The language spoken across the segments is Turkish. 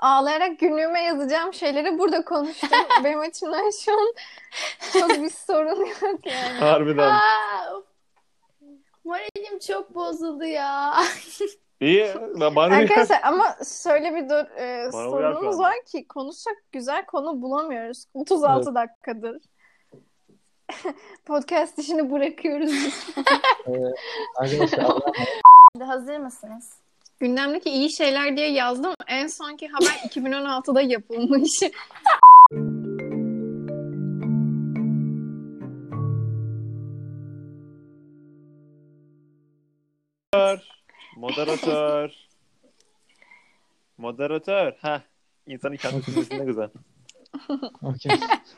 ağlayarak günlüğüme yazacağım şeyleri burada konuştum. Benim açımdan şu an çok bir sorun yok yani. Harbiden. Aa, moralim çok bozuldu ya. İyi. Bana uyar. Arkadaşlar ama şöyle bir Bana uyar şu sorunumuz anda. var ki konuşacak güzel konu bulamıyoruz. 36 dakikadır. Podcast işini bırakıyoruz biz. Arkadaşlar Hazır mısınız? Gündemdeki iyi şeyler diye yazdım. En sonki haber 2016'da yapılmış. Moderatör. Moderatör. Heh. İnsanın kendi cümlesi ne güzel. okey.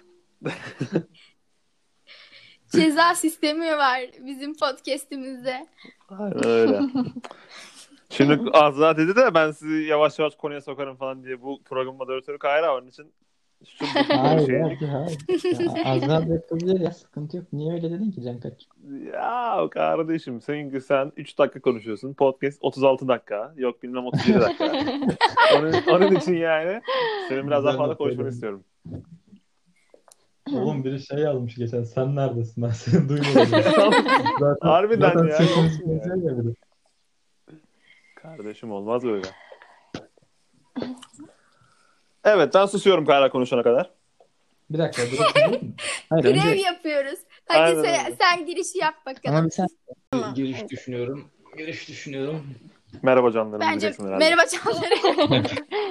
Ceza sistemi var bizim podcast'imizde. Aynen öyle. Şimdi Azra dedi de ben sizi yavaş yavaş konuya sokarım falan diye bu program moderatörü Kayra onun için şu Hayır şey. hayır. Ya, Azra bekleyebilir ya, sıkıntı yok. Niye öyle dedin ki Cankaç? Ya kardeşim sen 3 dakika konuşuyorsun. Podcast 36 dakika. Yok bilmem 37 dakika. onun için yani senin biraz daha Güzel fazla laf konuşmanı söyledin. istiyorum. Oğlum biri şey yazmış geçen. Sen neredesin? Ben seni duymadım. Harbiden zaten ya, sesimiz yok ya. benziyor ya biri. Kardeşim olmaz böyle. Evet ben susuyorum Kayra konuşana kadar. Bir dakika. Hayır Grev önce yapıyoruz. Hadi Aynen sen, öyle. sen girişi yap bakalım. ama bir sen Tamam. görüş düşünüyorum. Merhaba canlarım Bence diyeceksin herhalde. merhaba canlarım.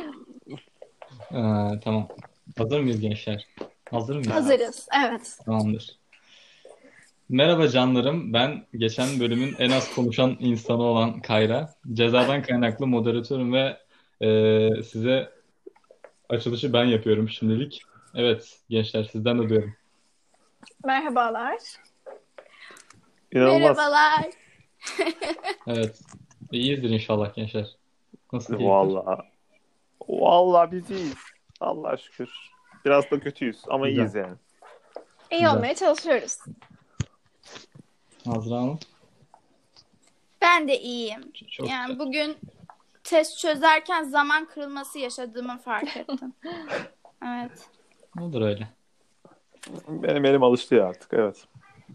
Tamam. Hazır mıyız gençler? Hazır mıyız? Hazırız. Evet. Tamamdır. Merhaba canlarım. Ben geçen bölümün en az konuşan insanı olan Kayra. Cezadan kaynaklı moderatörüm ve size açılışı ben yapıyorum şimdilik. Evet gençler sizden de duyuyorum. Merhabalar. İnanılmaz. Merhabalar. Evet. İyiyizdir inşallah gençler. Nasıl keyifler? Vallahi biz iyiyiz. Allah'a şükür. Biraz da kötüyüz ama Güzel. iyiyiz yani. İyi Güzel. olmaya çalışıyoruz. Azra Hanım. Ben de iyiyim. Çok Yani güzel. bugün test çözerken zaman kırılması yaşadığımı fark ettim. Evet. Olur öyle. Benim elim alıştı ya artık evet.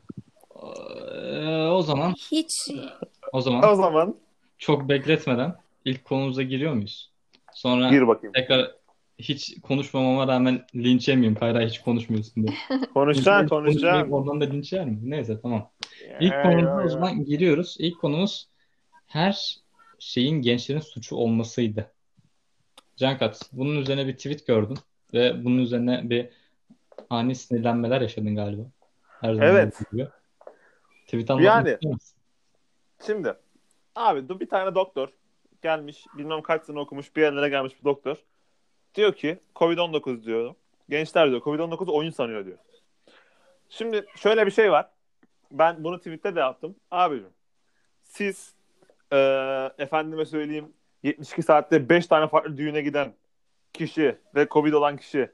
O zaman Hiç O o zaman zaman çok bekletmeden ilk konumuza giriyor muyuz? Sonra gir bakayım. tekrar hiç konuşmamama rağmen linç yemeyeyim. Kayra hiç konuşmuyorsun diye. Konuşacaksın. Konuşmayıp oradan da linç yer mi? Neyse tamam. İlk konumuza o zaman giriyoruz. İlk konumuz her şeyin gençlerin suçu olmasıydı. Cankat, bunun üzerine bir tweet gördüm ve bunun üzerine bir ani sinirlenmeler yaşadın galiba. Her zaman Evet. olduğu gibi. Tweet anlatmak Yani istiyor musun? şimdi abi bir tane doktor gelmiş bilmem kaç sene okumuş bir yerlere gelmiş bir doktor. Diyor ki Covid-19 diyor. Gençler diyor Covid-19 oyun sanıyor diyor. Şimdi şöyle bir şey var. Ben bunu tweette de yaptım. Abicim siz efendime söyleyeyim 72 saatte 5 tane farklı düğüne giden kişi ve Covid olan kişi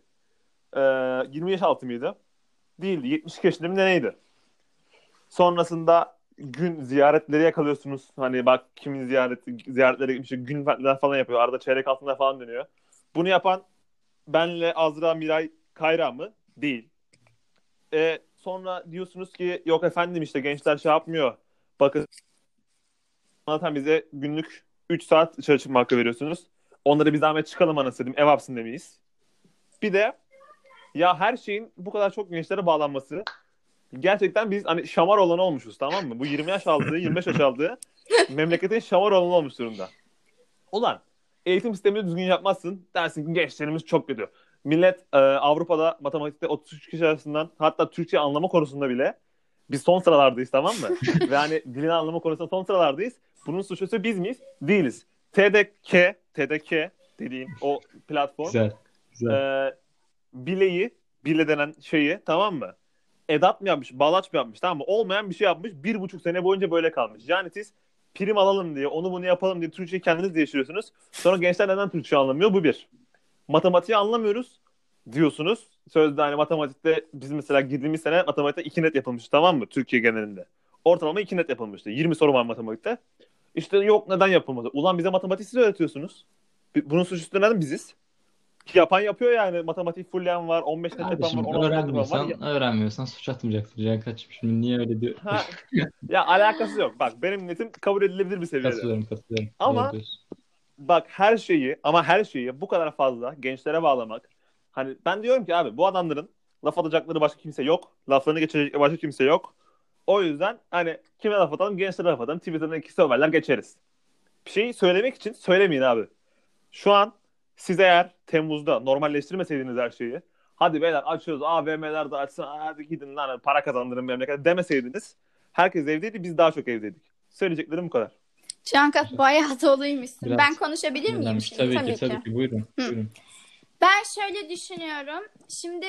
20 yaş altı mıydı? Değildi. 72 yaşında mı neydi? Sonrasında gün ziyaretleri yakalıyorsunuz. Hani bak kimin ziyaretlere gitmiş, gün falan yapıyor. Arada çeyrek altında falan dönüyor. Bunu yapan benle Azra, Miray, Kayra mı? Değil. Sonra diyorsunuz ki yok efendim işte gençler şey yapmıyor. Bakın zaten bize günlük 3 saat dışarı çıkma hakkı veriyorsunuz. Onlara bir zahmet çıkalım anasını ev yapsın demeyiz. Bir de ya her şeyin bu kadar çok gençlere bağlanması gerçekten biz hani şamar olanı olmuşuz tamam mı? Bu 20 yaş altı, 25 yaş altı memleketin şamar olanı olmuş durumda. Ulan eğitim sistemini düzgün yapmazsın dersin ki gençlerimiz çok kötü. Millet Avrupa'da matematikte 33 kişi arasından hatta Türkçe anlama konusunda bile biz son sıralardayız tamam mı? Ve hani dilini anlama konusunda son sıralardayız. Bunun suçlusu biz miyiz? Değiliz. TDK dediğim o platform Güzel. bile denen şeyi tamam mı? Edat mı yapmış, bağlaç mı yapmış tamam mı? Olmayan bir şey yapmış. 1,5 sene boyunca böyle kalmış. Yani siz prim alalım diye, onu bunu yapalım diye Türkçeyi kendiniz değiştiriyorsunuz. Sonra gençler neden Türkçe anlamıyor? Bu bir. Matematiği anlamıyoruz diyorsunuz. Sözde hani matematikte biz mesela girdiğimiz sene matematikte 2 net yapılmıştı tamam mı? Türkiye genelinde. Ortalama 2 net yapılmıştı. 20 soru var matematikte. İşte yok neden yapılmadı? Ulan bize matematik siz öğretiyorsunuz. Bunun suçlusu neden biziz? Yapan yapıyor yani. Matematik fullleyen var. 15 net yapan var. Kardeşim 16 net yapan var. öğrenmiyorsan suç atmayacaksın. Can kaç. Şimdi niye öyle diyor? Ha, ya alakası yok. Bak benim netim kabul edilebilir bir seviyede. Katılıyorum. Ama Doğru diyorsun. bak her şeyi bu kadar fazla gençlere bağlamak. Hani ben diyorum ki abi bu adamların laf atacakları başka kimse yok. Laflarını geçirecek başka kimse yok. O yüzden hani kime laf atalım? Gençlere laf atalım. Twitter'dan ikisi haberler geçeriz. Bir şeyi söylemek için söylemeyin abi. Şu an siz eğer Temmuz'da normalleştirmeseydiniz her şeyi, hadi beyler açıyoruz AVM'ler de açsın, hadi gidin lan para kazandırın memlekete demeseydiniz, herkes evdeydi, biz daha çok evdeydik. Söyleyeceklerim bu kadar. Cankat bayağı doluymuşsun. Biraz Ben konuşabilir miyim sinirlenmiş. şimdi? Tabii ki. Buyurun. Ben şöyle düşünüyorum. Şimdi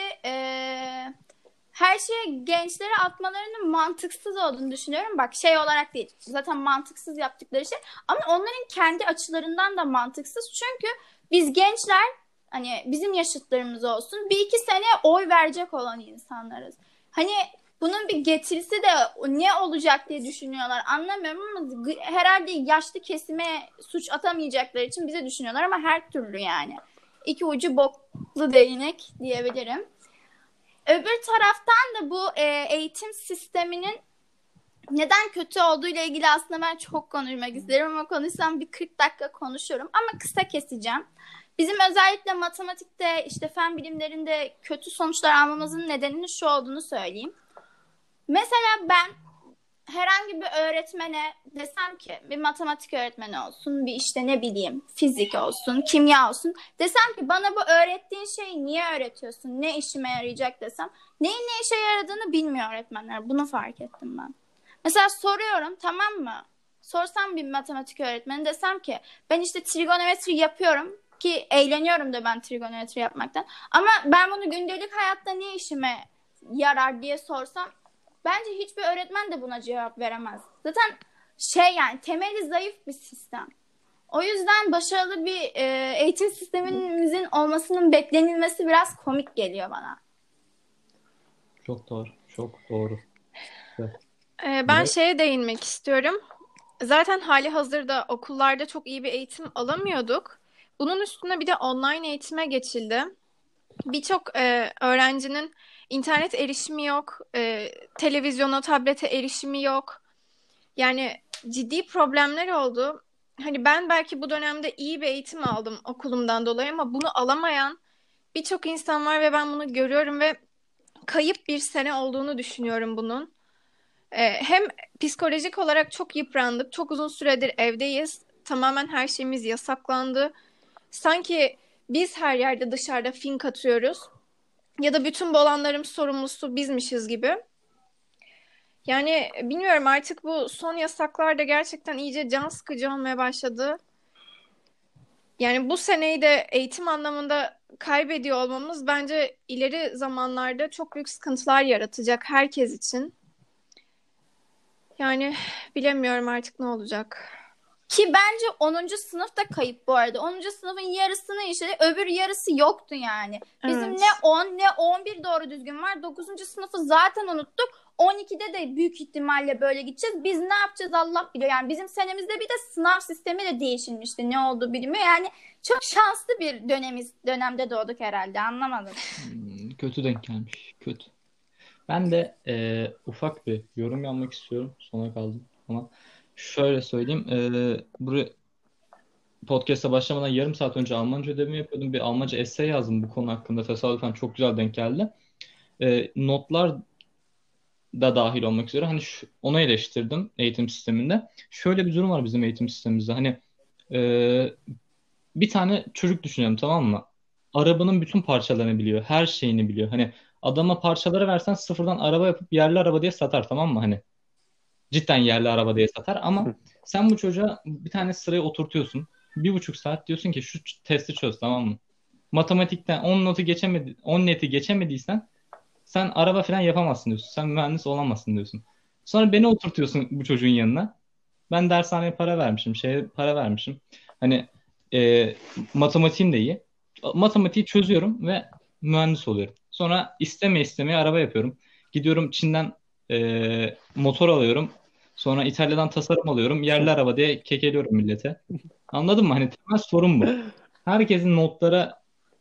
her şeye gençlere atmalarının mantıksız olduğunu düşünüyorum. Bak şey olarak değil. Zaten mantıksız yaptıkları şey. Ama onların kendi açılarından da mantıksız. Çünkü biz gençler hani bizim yaşıtlarımız olsun 1-2 sene oy verecek olan insanlarız. Hani bunun bir getirisi de ne olacak diye düşünüyorlar. Anlamıyorum ama herhalde yaşlı kesime suç atamayacakları için bize düşünüyorlar ama her türlü yani. İki ucu boklu değnek diyebilirim. Öbür taraftan da bu eğitim sisteminin neden kötü olduğu ile ilgili aslında ben çok konuşmak isterim ama konuşsam bir 40 dakika konuşurum ama kısa keseceğim. Bizim özellikle matematikte işte fen bilimlerinde kötü sonuçlar almamızın nedeninin şu olduğunu söyleyeyim. Mesela ben herhangi bir öğretmene desem ki bir matematik öğretmeni olsun, bir işte ne bileyim fizik olsun, kimya olsun. Desem ki bana bu öğrettiğin şeyi niye öğretiyorsun, ne işime yarayacak desem. Neyin ne işe yaradığını bilmiyor öğretmenler. Bunu fark ettim ben. Mesela soruyorum tamam mı? Sorsam bir matematik öğretmeni desem ki ben işte trigonometri yapıyorum ki eğleniyorum da ben trigonometri yapmaktan. Ama ben bunu gündelik hayatta ne işime yarar diye sorsam bence hiçbir öğretmen de buna cevap veremez. Zaten yani temeli zayıf bir sistem. O yüzden başarılı bir eğitim sistemimizin olmasının beklenilmesi biraz komik geliyor bana. Çok doğru. Evet. Ben şeye değinmek istiyorum. Zaten hali hazırda okullarda çok iyi bir eğitim alamıyorduk. Bunun üstüne bir de online eğitime geçildi. Birçok öğrencinin internet erişimi yok, televizyona, tablete erişimi yok. Yani ciddi problemler oldu. Hani ben belki bu dönemde iyi bir eğitim aldım okulumdan dolayı ama bunu alamayan birçok insan var ve ben bunu görüyorum ve kayıp bir sene olduğunu düşünüyorum bunun. Hem psikolojik olarak çok yıprandık, çok uzun süredir evdeyiz. Tamamen her şeyimiz yasaklandı. Sanki biz her yerde dışarıda fink atıyoruz. Ya da bütün bu olanların sorumlusu bizmişiz gibi. Yani bilmiyorum artık bu son yasaklar da gerçekten iyice can sıkıcı olmaya başladı. Yani bu seneyi de eğitim anlamında kaybediyor olmamız bence ileri zamanlarda çok büyük sıkıntılar yaratacak herkes için. Yani bilemiyorum artık ne olacak. Ki bence 10. sınıf da kayıp bu arada. 10. sınıfın yarısını işledi. Öbür yarısı yoktu yani. Bizim Evet. ne 10 ne 11 doğru düzgün var. 9. sınıfı zaten unuttuk. 12'de de büyük ihtimalle böyle gideceğiz. Biz ne yapacağız Allah biliyor. Yani bizim senemizde bir de sınav sistemi de değişilmişti. Ne oldu bilmiyor. Yani çok şanslı bir dönemde doğduk herhalde. Anlamadım. Kötü denk gelmiş. Kötü. Ben de ufak bir yorum yapmak istiyorum. Sona kaldım ama şöyle söyleyeyim. Buraya podcast'a başlamadan yarım saat önce Almanca ödevimi yapıyordum. Bir Almanca essay yazdım bu konu hakkında. Tesadüfen çok güzel denk geldi. Notlar da dahil olmak üzere hani onu eleştirdim eğitim sisteminde. Şöyle bir durum var bizim eğitim sistemimizde. Hani bir tane çocuk düşünelim, tamam mı? Arabanın bütün parçalarını biliyor. Her şeyini biliyor. Hani adama parçaları versen sıfırdan araba yapıp yerli araba diye satar, tamam mı? Hani cidden yerli araba diye satar ama sen bu çocuğa bir tane sıraya oturtuyorsun. 1,5 saat diyorsun ki şu testi çöz, tamam mı? Matematikten 10 neti geçemediysen sen araba falan yapamazsın diyorsun. Sen mühendis olamazsın diyorsun. Sonra beni oturtuyorsun bu çocuğun yanına. Ben dershaneye para vermişim, şeye para vermişim. Hani matematiğim de iyi. Matematiği çözüyorum ve mühendis oluyorum. Sonra istemeye araba yapıyorum. Gidiyorum Çin'den motor alıyorum. Sonra İtalya'dan tasarım alıyorum. Yerli araba diye kekeliyorum millete. Anladın mı? Hani temel sorun bu. Herkesin notlara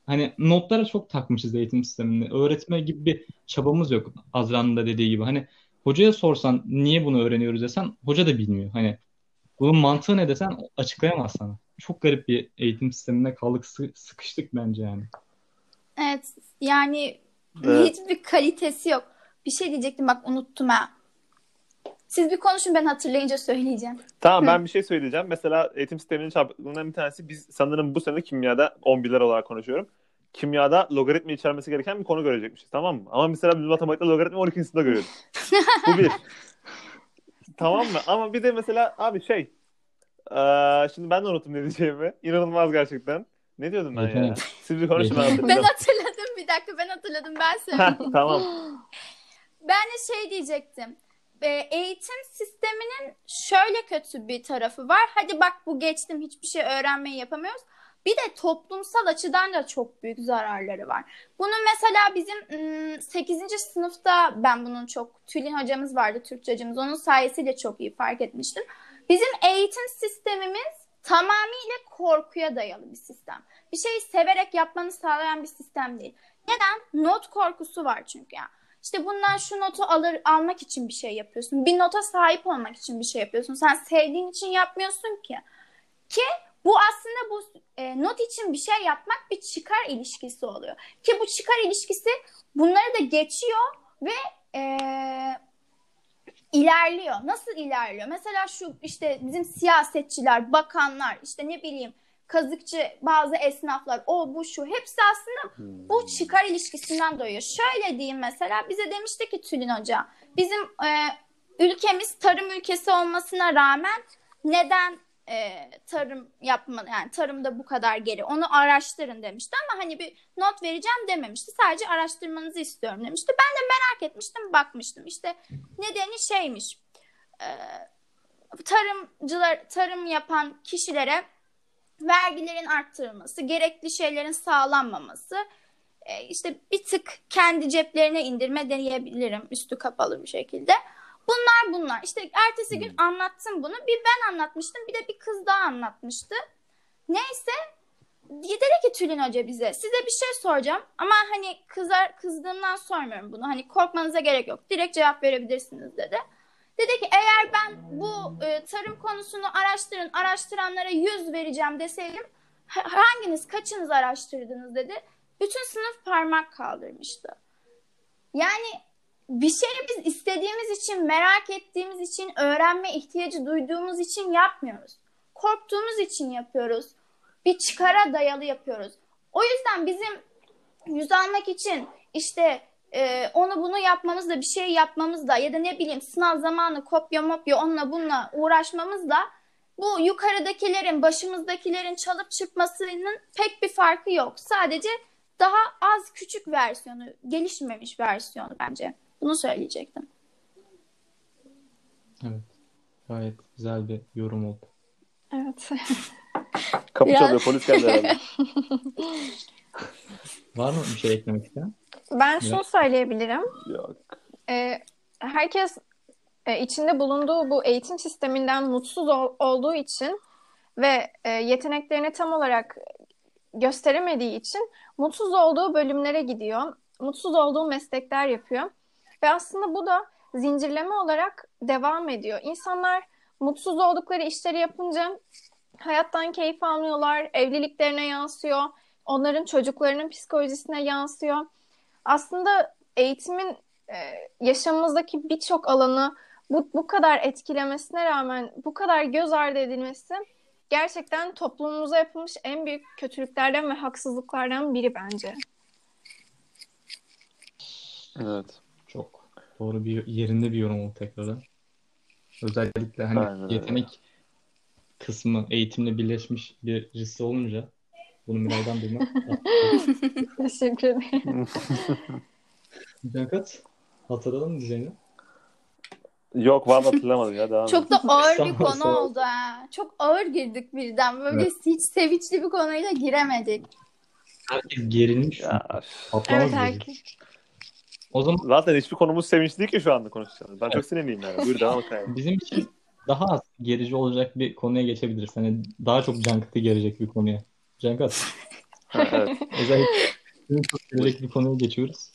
Hani notlara çok takmışız eğitim sisteminde. Öğretme gibi bir çabamız yok, Azra'nın da dediği gibi. Hani hocaya sorsan niye bunu öğreniyoruz desen hoca da bilmiyor. Hani bunun mantığı ne desen açıklayamaz sana. Çok garip bir eğitim sisteminde kaldık, sıkıştık bence yani. Evet, yani Evet. hiçbir kalitesi yok. Bir şey diyecektim, bak unuttum ha. Siz bir konuşun, ben hatırlayınca söyleyeceğim. Tamam, ben bir şey söyleyeceğim. Mesela eğitim sisteminin çarpıklığından bir tanesi, biz sanırım bu sene kimyada 11'ler olarak konuşuyorum. Kimyada logaritma içermesi gereken bir konu görecekmişiz, tamam mı? Ama mesela biz matematikte logaritma 12. sınıfta görüyoruz. Bu bir. Tamam mı? Ama bir de mesela abi şimdi ben de unuttum ne diyeceğimi. İnanılmaz gerçekten. Ne diyordum ben ya? Yetenek. Siz bir konuşun, ben Yetenek. Ben hatırlayacağım. hatırladım, bir dakika, ben hatırladım, ben Heh, söyleyeyim. tamam. Ben de şey diyecektim. Eğitim sisteminin şöyle kötü bir tarafı var. Hadi bak, bu geçtim, hiçbir şey öğrenmeyi yapamıyoruz. Bir de toplumsal açıdan da çok büyük zararları var. Bunun mesela bizim 8. sınıfta ben bunun çok, Tülin hocamız vardı, Türkçe hocamız. Onun sayesiyle çok iyi fark etmiştim. Bizim eğitim sistemimiz tamamıyla korkuya dayalı bir sistem. Bir şeyi severek yapmanı sağlayan bir sistem değil. Neden? Not korkusu var çünkü ya. İşte bundan şu notu almak için bir şey yapıyorsun. Bir nota sahip olmak için bir şey yapıyorsun. Sen sevdiğin için yapmıyorsun ki. Ki bu aslında bu not için bir şey yapmak bir çıkar ilişkisi oluyor. Ki bu çıkar ilişkisi bunları da geçiyor ve ilerliyor. Nasıl ilerliyor? Mesela şu işte bizim siyasetçiler, bakanlar, işte ne bileyim kazıkçı bazı esnaflar, o bu şu, hepsi aslında bu çıkar ilişkisinden doğuyor. Şöyle diyeyim, mesela bize demişti ki Tülin Hoca, bizim ülkemiz tarım ülkesi olmasına rağmen neden tarım yapma, yani tarımda bu kadar geri, onu araştırın demişti, ama hani bir not vereceğim dememişti, sadece araştırmanızı istiyorum demişti. Ben de merak etmiştim, bakmıştım, işte nedeni şeymiş, tarım yapan kişilere vergilerin arttırılması, gerekli şeylerin sağlanmaması, işte bir tık kendi ceplerine indirme diyebilirim, üstü kapalı bir şekilde. Bunlar. İşte ertesi gün anlattım bunu. Bir ben anlatmıştım, bir de bir kız daha anlatmıştı. Neyse, dedi ki Tülin Hoca bize, size bir şey soracağım ama hani kızdığımdan sormuyorum bunu. Hani korkmanıza gerek yok, direkt cevap verebilirsiniz dedi. Dedi ki eğer ben bu tarım konusunu araştıranlara 100 vereceğim deseydim, kaçınız araştırdınız dedi. Bütün sınıf parmak kaldırmıştı. Yani bir şeyi biz istediğimiz için, merak ettiğimiz için, öğrenme ihtiyacı duyduğumuz için yapmıyoruz. Korktuğumuz için yapıyoruz. Bir çıkara dayalı yapıyoruz. O yüzden bizim 100 almak için işte onu bunu yapmamız da, bir şey yapmamız da, ya da ne bileyim sınav zamanı kopya mopya onunla bununla uğraşmamız da, bu yukarıdakilerin, başımızdakilerin çalıp çırpmasının pek bir farkı yok. Sadece daha az, küçük versiyonu, gelişmemiş versiyonu bence. Bunu söyleyecektim. Evet. Gayet güzel bir yorum oldu. Evet. Kapı Biraz- çalıyor, polis geldi herhalde. Var mı bir şey eklemek isteyen? Ben şunu söyleyebilirim. Yok. Herkes içinde bulunduğu bu eğitim sisteminden mutsuz olduğu için ve yeteneklerini tam olarak gösteremediği için mutsuz olduğu bölümlere gidiyor. Mutsuz olduğu meslekler yapıyor. Ve aslında bu da zincirleme olarak devam ediyor. İnsanlar mutsuz oldukları işleri yapınca hayattan keyif almıyorlar, evliliklerine yansıyor, onların çocuklarının psikolojisine yansıyor. Aslında eğitimin yaşamımızdaki birçok alanı bu kadar etkilemesine rağmen bu kadar göz ardı edilmesi gerçekten toplumumuza yapılmış en büyük kötülüklerden ve haksızlıklardan biri bence. Evet. Çok doğru bir yerinde bir yorum oldu tekrardan. Özellikle hani Aynen öyle. yetenek kısmı eğitimle birleşmiş birisi olunca bunu Miray'dan duymak. Teşekkür ederim. Cakat, hatırladın mı diyeceğini? Yok, vallahi hatırlamadım ya, devam Çok et. da ağır bir Tamam, konu tamam. oldu ha. Çok ağır girdik birden. Böyle Evet. hiç sevinçli bir konuyla giremedik. Herkes gerilmiş. Ya, Patlamaz Evet, bizi. herkes. O zaman zaten hiçbir konumuz sevinçli değil ki şu anda konuşacağız. Ben çok sinirliyim yani. Buyur, devam et yani. bizim için daha az gerici olacak bir konuya geçebiliriz. Hani daha çok Cankat'ı gelecek bir konuya. Cankat, Ha, evet. Özellikle çok gelecek bir konuya geçiyoruz.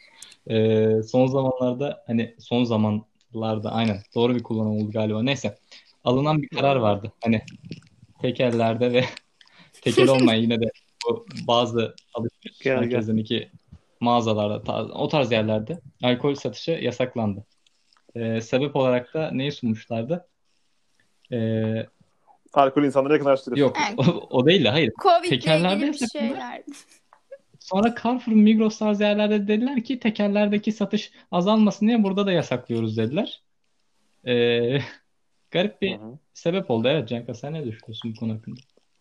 Son zamanlarda aynen doğru bir kullanım oldu galiba. Neyse. Alınan bir karar vardı. Hani tekerlerde ve tekel olmayan yine de bu bazı alışveriş Gel gel. merkezlerindeki mağazalarda, o tarz yerlerde alkol satışı yasaklandı. Sebep olarak da neyi sunmuşlardı? Ee, Alkol insanları yakınlaştırır. yok Yani o değil de hayır. Covid'le Tekerlerde ilgili bir yasakladılar. şeyler. Sonra Carrefour, Migros tarzı yerlerde dediler ki tekerlerdeki satış azalmasın diye burada da yasaklıyoruz dediler. Ee, garip Hı bir hı. sebep oldu. Evet Canka, sen ne düşünüyorsun bu konu hakkında?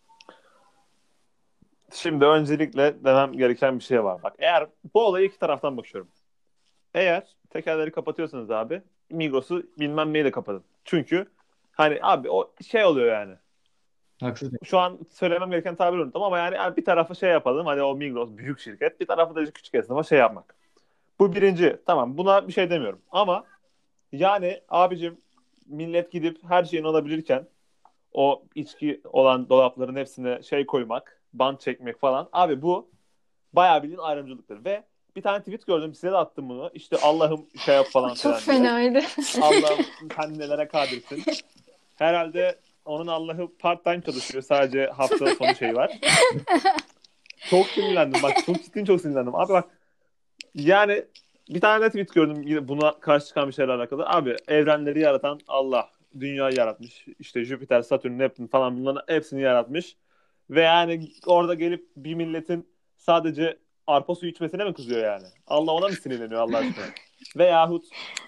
Şimdi öncelikle demem gereken bir şey var. Bak eğer bu olayı iki taraftan bakıyorum. Eğer tekerleri kapatıyorsanız abi Migros'u bilmem neyi de kapatın. Çünkü hani abi o şey oluyor yani. Haksız mıyım? Şu an söylemem gereken tabiri unuttum ama yani bir tarafı şey yapalım. Hani o Migros büyük şirket. Bir tarafı da küçük esnafa şey yapmak. Bu birinci. Tamam buna bir şey demiyorum. Ama yani abicim millet gidip her şeyini alabilirken o içki olan dolapların hepsine şey koymak, bant çekmek falan. Abi bu bayağı bildiğin ayrımcılıktır. Ve bir tane tweet gördüm size de attım bunu. İşte Allah'ım şey yap falan Çok filan diye. fenaydı. Allah'ım sen nelere kadirsin. Herhalde onun Allah'ı part time çalışıyor. Sadece hafta sonu şey var. Çok sinirlendim. Bak çok ciddiyim çok sinirlendim. Abi bak yani bir tane de tweet gördüm yine buna karşı çıkan bir şeylerle alakalı. Abi evrenleri yaratan Allah. Dünyayı yaratmış. İşte Jüpiter, Satürn, Neptün falan bunların hepsini yaratmış. Ve yani orada gelip bir milletin sadece arpa suyu içmesine mi kızıyor yani? Allah ona mı sinirleniyor Allah aşkına? Veyahut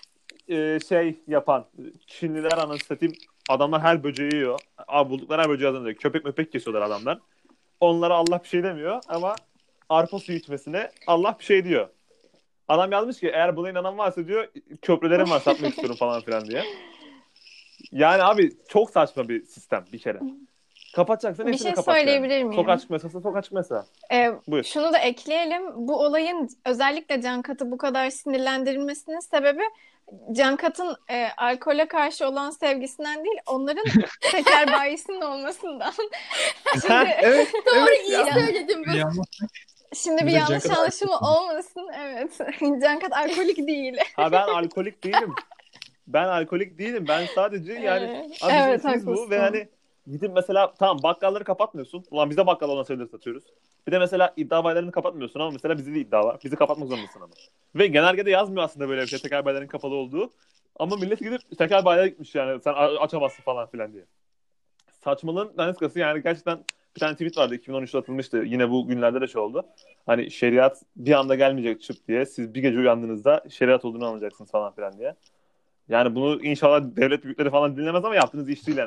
şey yapan Çinliler anasını satayım adamlar her böceği yiyor. Abi buldukları her böceği adamlar. Köpek möpek kesiyorlar adamlar. Onlara Allah bir şey demiyor ama arpa suyu içmesine Allah bir şey diyor. Adam yazmış ki eğer buna inanan varsa diyor köprülerim var satmak istiyorum falan filan diye. Yani abi çok saçma bir sistem bir kere. Kapatacaksan Bir hepsini şey kapat yani. söyleyebilir miyim? Sokağa çıkma yasası sokağa çıkma yasağı. Buyur. Şunu da ekleyelim. Bu olayın özellikle Can Kat'ı bu kadar sinirlendirilmesinin sebebi Can Kat'ın alkole karşı olan sevgisinden değil, onların tekel bayisinin olmasından. Ha, evet. Doğru evet iyi ya. söyledin bu. Şimdi bir Bir de Can yanlış Kat anlaşılma olmasın. Evet. Can Kat alkolik değil. Ha ben alkolik değilim. Ben alkolik değilim. Ben sadece yani abi bizim Evet, işimiz bu haklısın. ve hani gidip mesela tamam bakkalları kapatmıyorsun. Ulan biz de bakkal olan şeyleri satıyoruz. Bir de mesela iddia bayilerini kapatmıyorsun ama mesela bizde de iddia var. Bizi kapatmak zorundasın ama. Ve genelgede yazmıyor aslında böyle bir şey tekel bayilerin kapalı olduğu. Ama millet gidip tekel bayilere gitmiş yani sen açamazsın falan filan diye. Saçmalığın daniskası yani gerçekten bir tane tweet vardı 2013'te atılmıştı. Yine bu günlerde de şey oldu. Hani şeriat bir anda gelmeyecek çıp diye. Siz bir gece uyandığınızda şeriat olduğunu anlayacaksınız falan filan diye. Yani bunu inşallah devlet büyükleri falan dinlemez ama yaptığınız iş değil yani.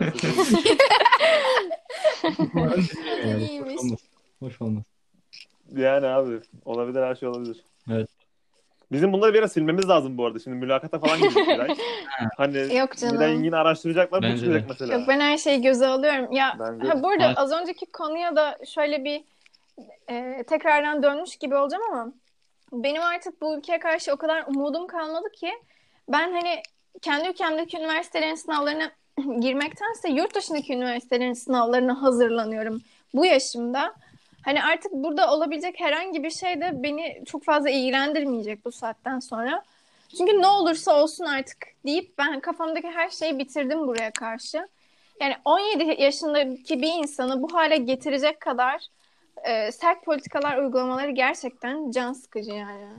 İyiymiş. Hoş olmaz. Yani abi olabilir her şey olabilir. Evet. Bizim bunları bir ara silmemiz lazım bu arada. Şimdi mülakata falan gidecek Miray. Hani Yok canım. Miray yine araştıracaklar bu Bence çıkacak de. mesela. Yok, ben her şeyi göze alıyorum. Ya Bence ha, de. bu arada Evet. az önceki konuya da şöyle bir tekrardan dönmüş gibi olacağım ama benim artık bu ülkeye karşı o kadar umudum kalmadı ki ben hani kendi ülkemdeki üniversitelerin sınavlarına girmektense yurt dışındaki üniversitelerin sınavlarına hazırlanıyorum bu yaşımda. Hani artık burada olabilecek herhangi bir şey de beni çok fazla ilgilendirmeyecek bu saatten sonra. Çünkü ne olursa olsun artık deyip ben kafamdaki her şeyi bitirdim buraya karşı. Yani 17 yaşındaki bir insanı bu hale getirecek kadar sert politikalar uygulamaları gerçekten can sıkıcı yani.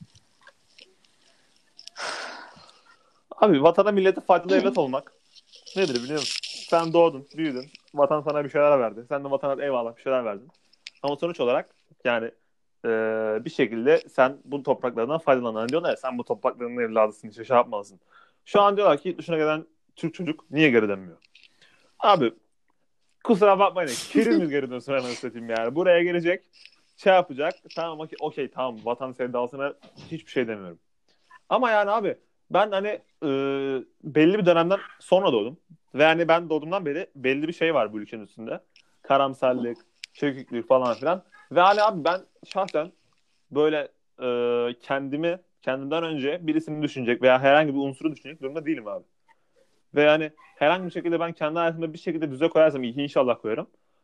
Abi vatana millete faydalı evlat olmak nedir biliyor musun? Sen doğdun, büyüdün. Vatan sana bir şeyler verdi. Sen de vatana eyvallah bir şeyler verdin. Ama sonuç olarak yani bir şekilde sen bu topraklardan faydalanın. Diyorlar ya sen bu toprakların evladısın işte şey yapmalısın. Şu an diyorlar ki dışına gelen Türk çocuk niye geri dönmüyor? Abi kusura bakmayın. Keriz geri dönsün ben satayım yani. Buraya gelecek şey yapacak. Tamam okey tamam vatan sevdasına hiçbir şey demiyorum. Ama yani abi ben hani belli bir dönemden sonra doğdum. Ve hani ben doğduğumdan beri belli bir şey var bu ülkenin üstünde. Karamsarlık, çöküklük falan filan. Ve hani abi ben şahsen böyle kendimden önce birisini düşünecek veya herhangi bir unsuru düşünecek durumda değilim abi. Ve yani herhangi bir şekilde ben kendi hayatımda bir şekilde düze koyarsam inşallah koyarım.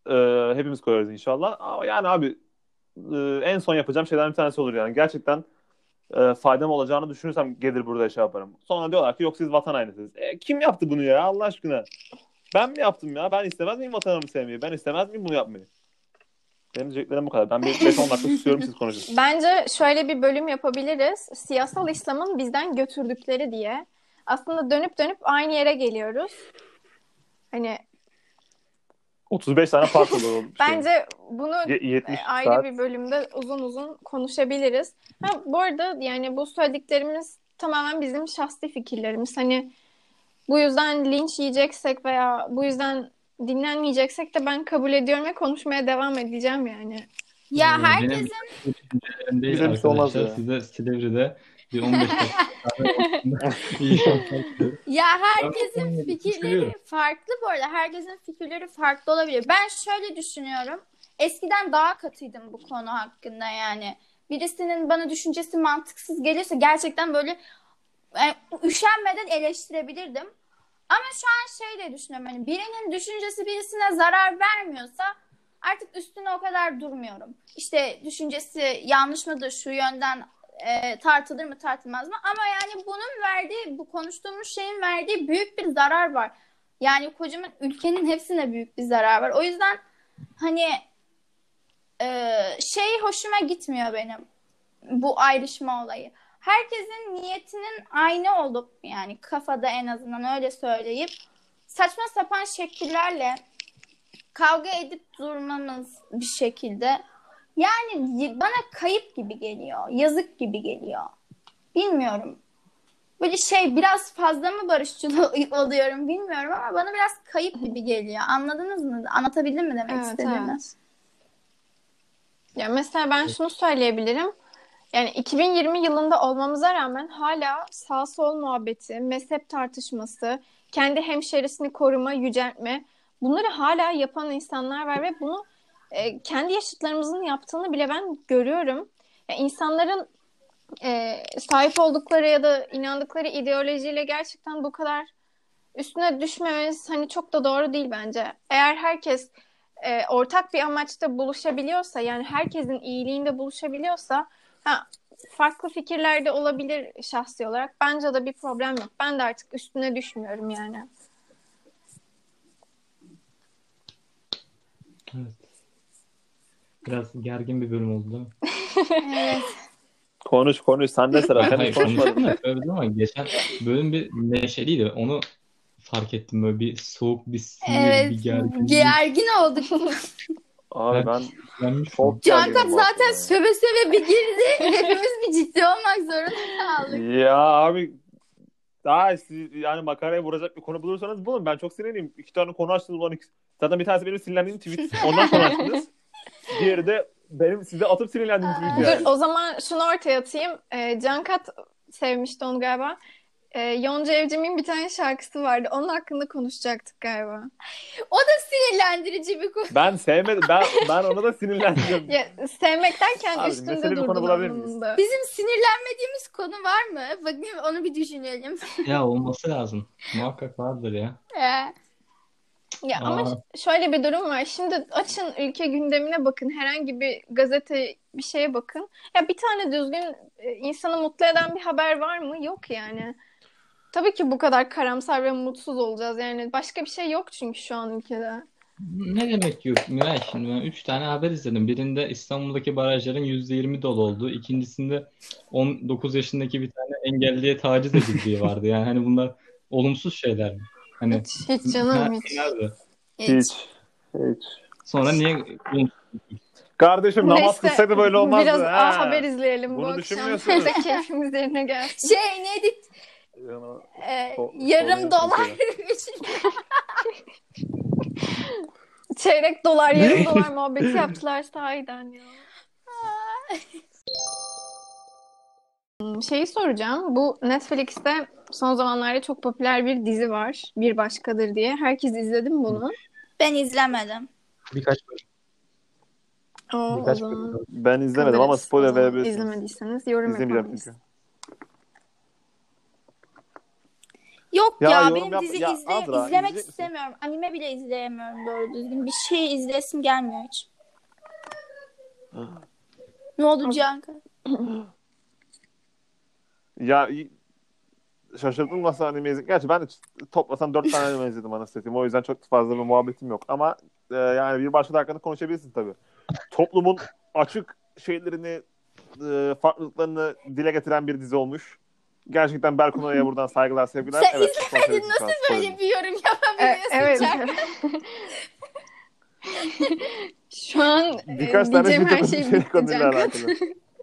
hepimiz koyarız inşallah. Ama yani abi en son yapacağım şeylerden bir tanesi olur yani. Gerçekten faydam olacağını düşünürsem gelir burada şey yaparım. Sonra diyorlar ki yok siz vatan hainısınız. Kim yaptı bunu ya Allah aşkına? Ben mi yaptım ya? Ben istemez miyim vatanımı sevmeyi? Ben istemez miyim bunu yapmayı? Benim diyeceklerim bu kadar. Ben bir 5-10 dakika susuyorum siz konuşun. Bence şöyle bir bölüm yapabiliriz. Siyasal İslam'ın bizden götürdükleri diye. Aslında dönüp dönüp aynı yere geliyoruz. Hani 35 tane farklı olur. bence bunu 70 ayrı saat. bir bölümde uzun uzun konuşabiliriz. Bu arada yani bu söylediklerimiz tamamen bizim şahsi fikirlerimiz. Hani bu yüzden linç yiyeceksek veya bu yüzden dinlenmeyeceksek de ben kabul ediyorum ve konuşmaya devam edeceğim yani. Ya Benim herkesin düşüncelerim değil Bize bir şey olmaz arkadaşlar. ya. Size Silivri'de bir 15 dakika iyi şanslar diliyorum. Ya Ben herkesin bu fikirleri seviyorum. farklı bu arada. Herkesin fikirleri farklı olabilir. Ben şöyle düşünüyorum. Eskiden daha katıydım bu konu hakkında yani. Birisinin bana düşüncesi mantıksız gelirse gerçekten böyle üşenmeden eleştirebilirdim. Ama şu an şey de düşünüyorum. Hani birinin düşüncesi birisine zarar vermiyorsa artık üstüne o kadar durmuyorum. İşte düşüncesi yanlış mıdır, şu yönden tartılır mı tartılmaz mı? Ama yani bunun verdiği, bu konuştuğumuz şeyin verdiği büyük bir zarar var. Yani kocaman ülkenin hepsine büyük bir zarar var. O yüzden hani şey hoşuma gitmiyor benim. Bu ayrışma olayı. Herkesin niyetinin aynı olup yani kafada en azından öyle söyleyip saçma sapan şekillerle kavga edip durmamız bir şekilde yani bana kayıp gibi geliyor. Yazık gibi geliyor. Bilmiyorum. Böyle şey biraz fazla mı barışçıl oluyorum bilmiyorum ama bana biraz kayıp gibi geliyor. Anladınız mı? Anlatabildim mi demek istediğimi? Evet. Ya mesela ben şunu söyleyebilirim. Yani 2020 yılında olmamıza rağmen hala sağ sol muhabbeti, mezhep tartışması, kendi hemşerisini koruma, yüceltme bunları hala yapan insanlar var ve bunu kendi yaşıtlarımızın yaptığını bile ben görüyorum. Yani insanların sahip oldukları ya da inandıkları ideolojiyle gerçekten bu kadar üstüne düşmememiz hani çok da doğru değil bence. Eğer herkes ortak bir amaçta buluşabiliyorsa yani herkesin iyiliğinde buluşabiliyorsa farklı fikirlerde olabilir şahsi olarak. Bence de bir problem yok. Ben de artık üstüne düşmüyorum yani. Evet. Biraz gergin bir bölüm oldu değil mi? Evet. Konuş. Sen de sıra. Sen Hayır hiç konuşmadın. konuştum da söyledim ama geçen bölüm bir neşeliydi. Onu fark ettim. Böyle bir soğuk, bir sinir, Evet. bir gerginlik. Gergin olduk. Abi ben Benmiş şu çok Cankat gerginim bu zaten hafta ya. söve söve bir girdi. Hepimiz bir ciddi olmak zorunda kaldık. Ya abi daha siz yani makaraya vuracak bir konu bulursanız bulun. Ben çok sinirliyim. 2 tane konu açtınız. Zaten bir tanesi benim sinirlendiğim tweet. Ondan sonra açtınız. Diğeri de benim size atıp sinirlendiğim tweet yani. Dur o zaman şunu ortaya atayım. Cankat sevmişti onu galiba. Yonca Evcimik'in bir tane şarkısı vardı. Onun hakkında konuşacaktık galiba. O da sinirlendirici bir konu. Ben sevmedim. Ben ona da sinirlendim. Ya, sevmek derken Abi, üstünde mesele bir konu durdun bulabilir miyiz? anlamında. Bizim sinirlenmediğimiz konu var mı? Bakayım onu bir düşünelim. Ya olması lazım. Muhakkak vardır ya. Ya ama Aa, şöyle bir durum var. Şimdi açın ülke gündemine bakın. Herhangi bir gazete bir şeye bakın. Ya bir tane düzgün insanı mutlu eden bir haber var mı? Yok yani. Tabii ki bu kadar karamsar ve mutsuz olacağız. Yani başka bir şey yok çünkü şu an ülkede. ne demek yok Miray? Şimdi ben 3 tane haber izledim. Birinde İstanbul'daki barajların %20 dolu olduğu. İkincisinde 19 yaşındaki bir tane engelliye taciz edildiği vardı. Yani hani bunlar olumsuz şeyler mi? Hani Hiç canım hiç. nerede? Hiç. Sonra niye Kardeşim namaz kılsaydı böyle olmazdı. Biraz ha. haber izleyelim bu Bunu akşam. düşünmüyorsunuz. Da keyfimiz yerine gelsin. Neydi? Yarım dolar. Çeyrek dolar, yarım dolar muhabbeti yaptılar sahiden ya. Şeyi soracağım. Bu Netflix'te son zamanlarda çok popüler bir dizi var. Bir Başkadır diye. Herkes izledi mi bunu? Ben izlemedim. Birkaç bölüm. O Birkaç zaman bölüm. Ben izlemedim ama kalırız. spoiler O zaman verebilirsiniz. İzlemediyseniz yorum İzlemeyeceğim yapabiliriz. çünkü. Yok Ya ya, yorum benim yapma. dizi Ya Azra, izlemek izleyecek misin? istemiyorum. Anime bile izleyemiyorum doğru düzgün. Bir şey izleyesim gelmiyor hiç. Ne oldu Canka? Ya şaşırdım nasıl anime izledim. Gerçi ben de toplasan 4 tane anime izledim anasını satayım. O yüzden çok fazla bir muhabbetim yok. Ama yani bir başka da hakkında konuşabilirsin tabii. Toplumun açık şeylerini, farklılıklarını dile getiren bir dizi olmuş. Gerçekten Berkun Oya'ya buradan saygılar, sevgiler. Sen Evet, izlemedin, nasıl böyle bir yorum yapabiliyorsun Evet. Canka? Şu an Birkaç tane diyeceğim her video şey konuşuyor bitti konuyla Cankat. alakalı.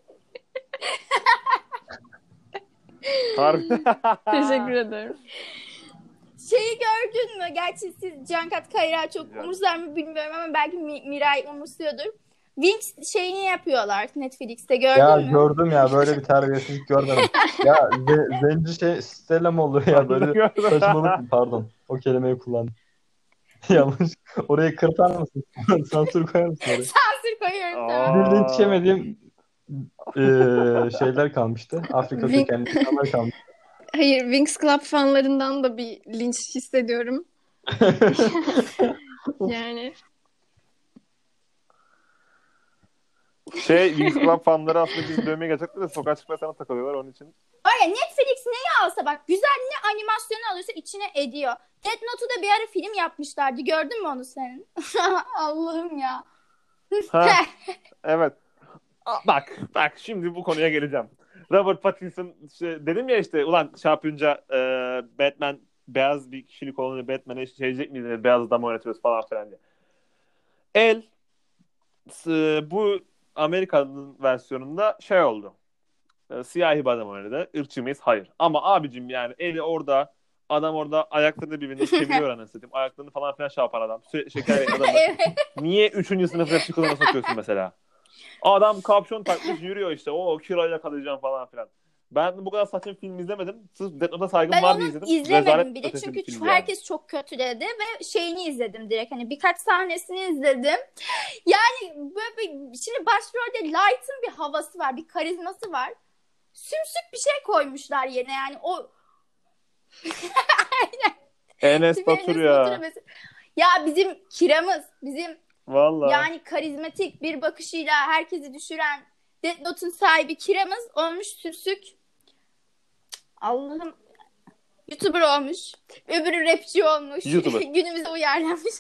Harbi. Teşekkür ederim. Şeyi gördün mü? Gerçi siz Cankat Kayra çok Yani. umursar mı bilmiyorum ama belki Miray umursuyordur. Wings şeyini yapıyorlar Netflix'te, gördün Ya mü? gördüm ya, böyle bir terbiyesizlik görmedim. Ya zenci şey Stella mı oluyor ya, böyle Gördüm. saçmalık mı? Pardon, o kelimeyi kullandım. Yanlış. Orayı kırpar mısın? Sansür koyar mısın oraya? Sansür koyuyorum tamam. Bir linç yemediğim şeyler kalmıştı. Afrika Wing- kökenli insanlar kalmıştı. Hayır, Wings Club fanlarından da bir linç hissediyorum. Yani Wings Club fanları aslında bizi dövmeye gelecekler de sokağa çıkmaya sana takılıyorlar onun için. Öyle Netflix neyi alsa bak, güzel ne animasyonu alırsa içine ediyor. Death Note'u da bir ara film yapmışlardı. Gördün mü onu senin? Allah'ım ya. Ha, evet. Bak şimdi bu konuya geleceğim. Robert Pattinson dedim ya işte ulan şey yapınca Batman beyaz bir kişilik olunca Batman'e çevirecek miyiz? Beyaz adam oynatıyoruz falan filan diye. Bu Amerika'nın versiyonunda şey oldu. Siyahi bir adam oynadı. Irkçı mıyız? Hayır. Ama abicim yani eli orada, adam orada ayaklarını birbirine çeviriyor anasını satayım. Ayaklarını falan filan şey yapar adam. Şeker adamı. Evet. Niye 3. sınıf rapçi kılığına sokuyorsun mesela? Adam kapşon takmış yürüyor işte. O kirayla yakalayacağım falan filan. Ben bu kadar saçma film izlemedim. Sırf Death Note'a saygım Ben var onu diye izledim. izlemedim Rezalet bile ötesi çünkü bir film yani. herkes çok kötüledi ve şeyini izledim direkt, hani birkaç sahnesini izledim. Yani böyle şimdi başrolde Light'ın bir havası var, bir karizması var. Sümsük bir şey koymuşlar yerine, yani o Enes Batur ya. mesela. Ya bizim Kiramız, bizim Vallahi. yani karizmatik bir bakışıyla herkesi düşüren Death Note'un sahibi Kiramız olmuş sümsük. Allah'ım, YouTuber olmuş. Öbürü rapçi olmuş. YouTuber. Günümüze uyarlanmış.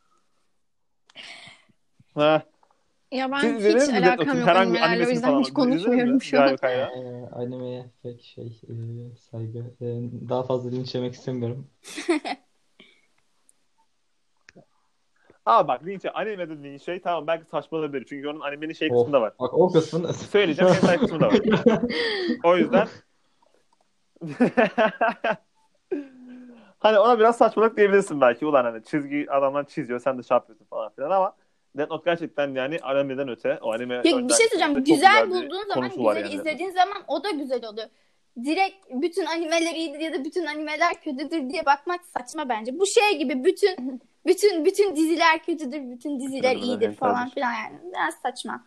Ha. ya ben Siz hiç izlediniz mi Death alakam Note'un yok herhangi bir animelerle, o animesini yüzden falan? hiç konuşmuyorum İzlediniz mi? şu an. Gayet Kayra. Animeye pek saygı. Daha fazla linç yemek istemiyorum. Aa bak anime dediğin şey tamam belki saçmalabilir. Çünkü onun animenin şey Of, kısmı da var. bak o kısmını Söyleyeceğim hentai kısmı da var. O yüzden hani ona biraz saçmalık diyebilirsin belki. Ulan hani çizgi adamlar çiziyor sen de şey yapıyorsun falan filan ama Death Note gerçekten yani animeden öte. O anime Ya bir şey söyleyeceğim. çok Güzel bir bulduğun zaman, konusu var güzel yani. izlediğin zaman o da güzel oluyor. Direkt bütün animeler iyidir ya da bütün animeler kötüdür diye bakmak saçma bence. Bu şey gibi bütün diziler kötüdür, bütün diziler Animeler iyidir falan hentaidir. filan, yani biraz saçma.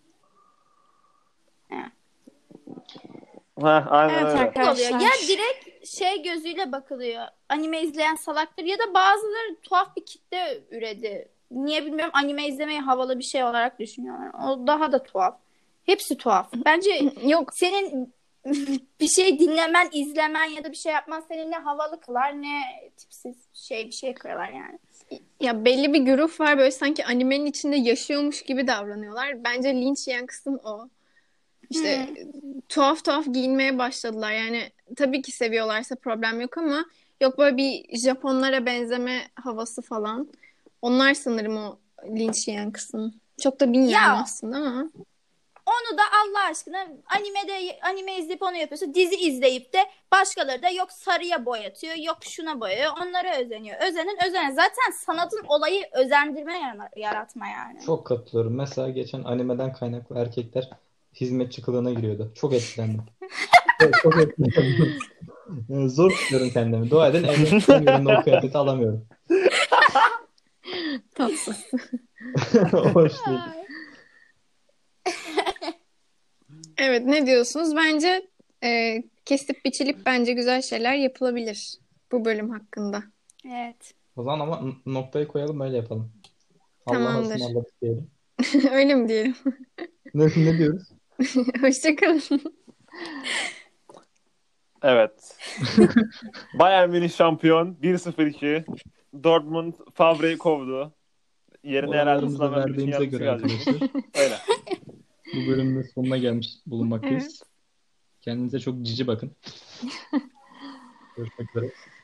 Ha, aynen Evet öyle. arkadaşlar. Oluyor. Ya direkt şey gözüyle bakılıyor. Anime izleyen salaktır ya da bazıları tuhaf bir kitle üredi. Niye bilmiyorum, anime izlemeyi havalı bir şey olarak düşünüyorlar. O daha da tuhaf. Hepsi tuhaf. Bence Yok, senin bir şey dinlemen, izlemen ya da bir şey yapman seni ne havalı kılar ne tipsiz bir şey kılar yani. ya belli bir güruh var, böyle sanki animenin içinde yaşıyormuş gibi davranıyorlar. Bence linç yiyen kısım o. İşte tuhaf giyinmeye başladılar. Yani tabii ki seviyorlarsa problem yok ama yok böyle bir Japonlara benzeme havası falan. Onlar sanırım o linç yiyen kısım. Çok da bilmiyorum Ya, aslında ama. onu da Allah aşkına anime izleyip onu yapıyorsa, dizi izleyip de başkaları da yok sarıya boyatıyor, yok şuna boyuyor, onlara özeniyor. Özenen. Zaten sanatın olayı özendirme, yaratma yani. çok katılıyorum. Mesela geçen animeden kaynaklı erkekler hizmetçi kılığına giriyordu. Çok etkilendim. Çok etkilendim. Zor tutuyorum kendimi. Dua edin emeklilerin yerinde o kıyafeti alamıyorum. Tatsız. Hoş değil. Evet, ne diyorsunuz? Bence kesip biçilip bence güzel şeyler yapılabilir. bu bölüm hakkında. Evet. O zaman ama noktayı koyalım, öyle yapalım. Allah'a Tamamdır. ısmarladık diyelim. Öyle mi diyelim? Ne diyoruz? Hoşçakalın. Evet. Bayern Münih şampiyon 1-0-2. Dortmund Favre'yi kovdu. Yerine herhalde Oranlarımızı Slaven Bilic'in verdiğimize yardımcısı göre gelecek. arkadaşlar Öyle. bu bölümün de sonuna gelmiş bulunmaktayız. Evet. Kendinize çok cici bakın. Görüşmek üzere.